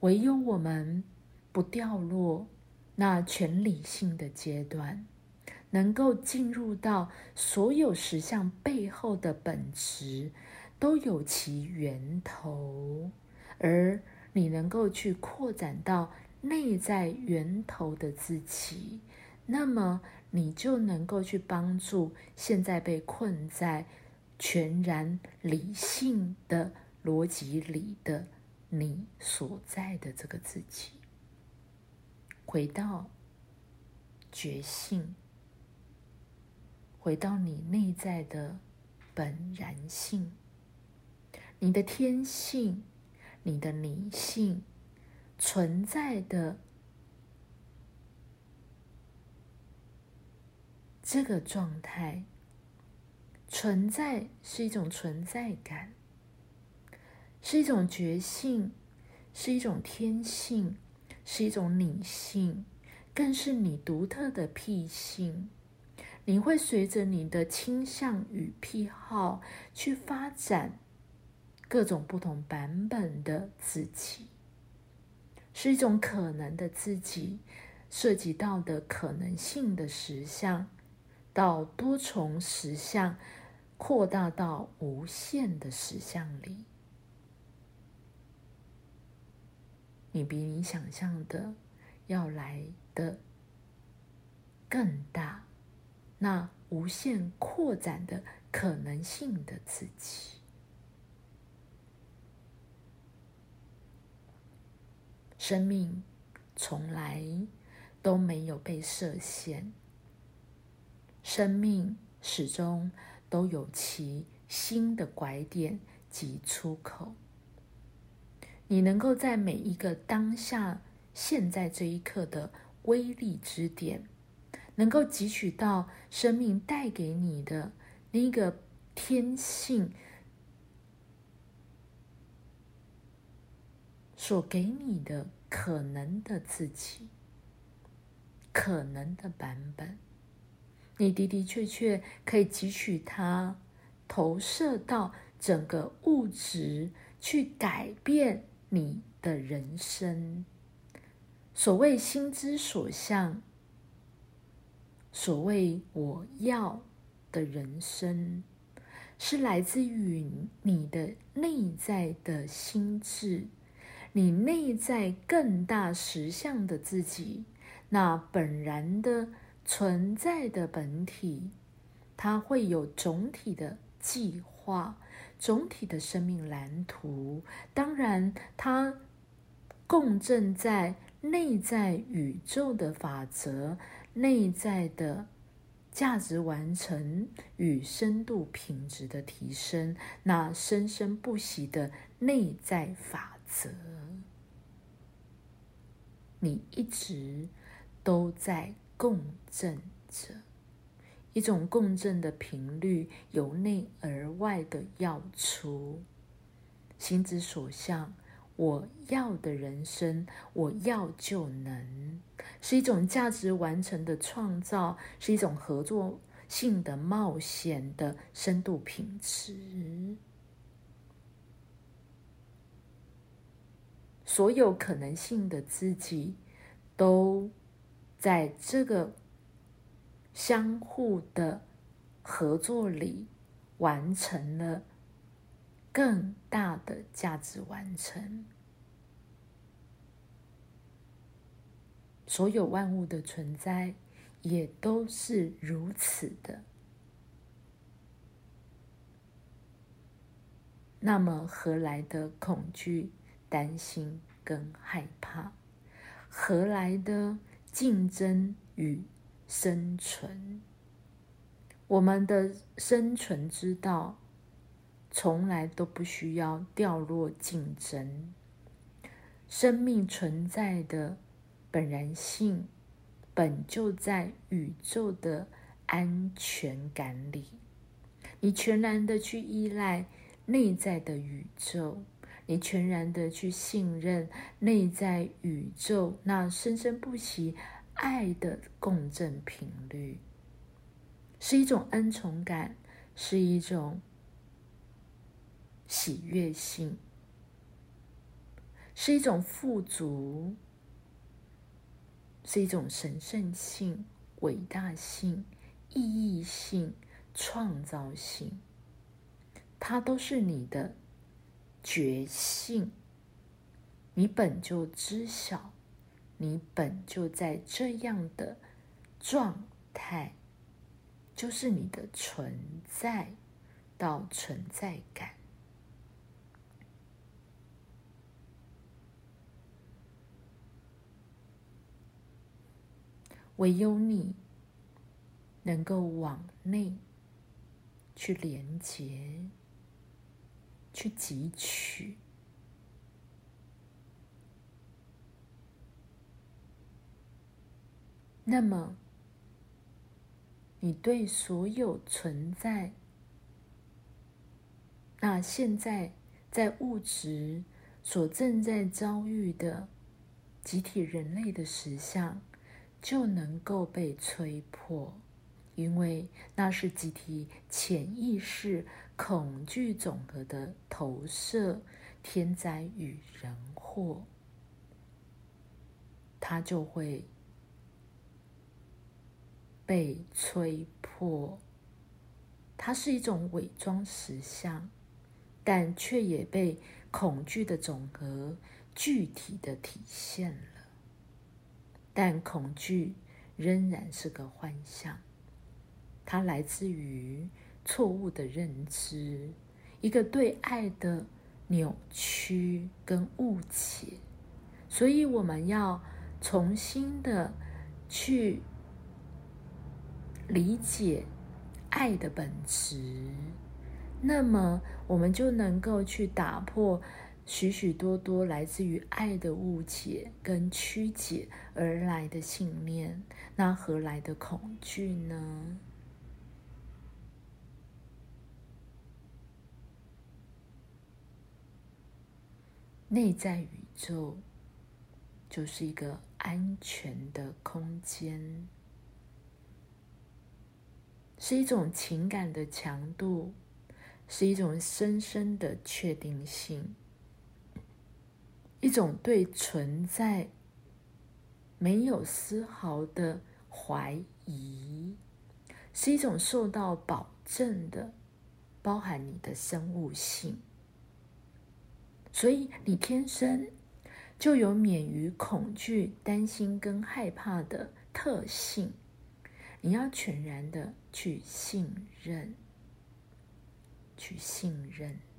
唯有我们不掉落那全理性的阶段，能够进入到所有实相背后的本质都有其源头，而你能够去扩展到内在源头的自己，那么你就能够去帮助现在被困在全然理性的逻辑里的你所在的这个自己，回到觉性，回到你内在的本然性，你的天性，你的理性存在的这个状态。存在是一种存在感，是一种觉性，是一种天性，是一种理性，更是你独特的癖性。你会随着你的倾向与癖好去发展各种不同版本的自己，是一种可能的自己，涉及到的可能性的实相，到多重实相扩大到无限的实相里。你比你想象的要来的更大，那无限扩展的可能性的自己。生命从来都没有被设限，生命始终都有其新的拐点及出口。你能够在每一个当下现在这一刻的威力之点，能够汲取到生命带给你的那个天性所给你的可能的自己，可能的版本，你的的确确可以汲取它，投射到整个物质，去改变你的人生。所谓心之所向，所谓我要的人生，是来自于你的内在的心智，你内在更大实相的自己，那本然的存在的本体，它会有总体的计划，总体的生命蓝图。当然它共振在内在宇宙的法则，内在的价值完成与深度品质的提升，那生生不息的内在法则，你一直都在共振着一种共振的频率，由内而外的要出。心之所向，我要的人生，我要就能，是一种价值完成的创造，是一种合作性的冒险的深度品质。所有可能性的自己都在这个相互的合作里完成了更大的价值完成。所有万物的存在也都是如此的。那么何来的恐惧、担心跟害怕？何来的竞争与生存？我们的生存之道从来都不需要掉落竞争。生命存在的本然性本就在宇宙的安全感里，你全然的去依赖内在的宇宙，你全然的去信任内在宇宙那生生不息爱的共振频率，是一种恩宠感，是一种喜悦性。 是一种富足，是一种神圣性、伟大性、意义性、创造性，它都是你的觉性。你本就知晓，你本就在这样的状态，就是你的存在到存在感。唯有你能够往内去连结，去汲取，那么你对所有存在，那现在在物质所正在遭遇的集体人类的实相，就能够被摧破，因为那是集体潜意识恐惧总和的投射，天灾与人祸，它就会被摧破。它是一种伪装实相，但却也被恐惧的总和具体的体现了。但恐惧仍然是个幻象，它来自于错误的认知，一个对爱的扭曲跟误解。所以我们要重新的去理解爱的本质，那么我们就能够去打破许许多多来自于爱的误解跟曲解而来的信念。那何来的恐惧呢？内在宇宙就是一个安全的空间，是一种情感的强度，是一种深深的确定性，一种对存在没有丝毫的怀疑，是一种受到保证的，包含你的生物性。所以你天生就有免于恐惧、担心跟害怕的特性。你要全然的去信任，去信任。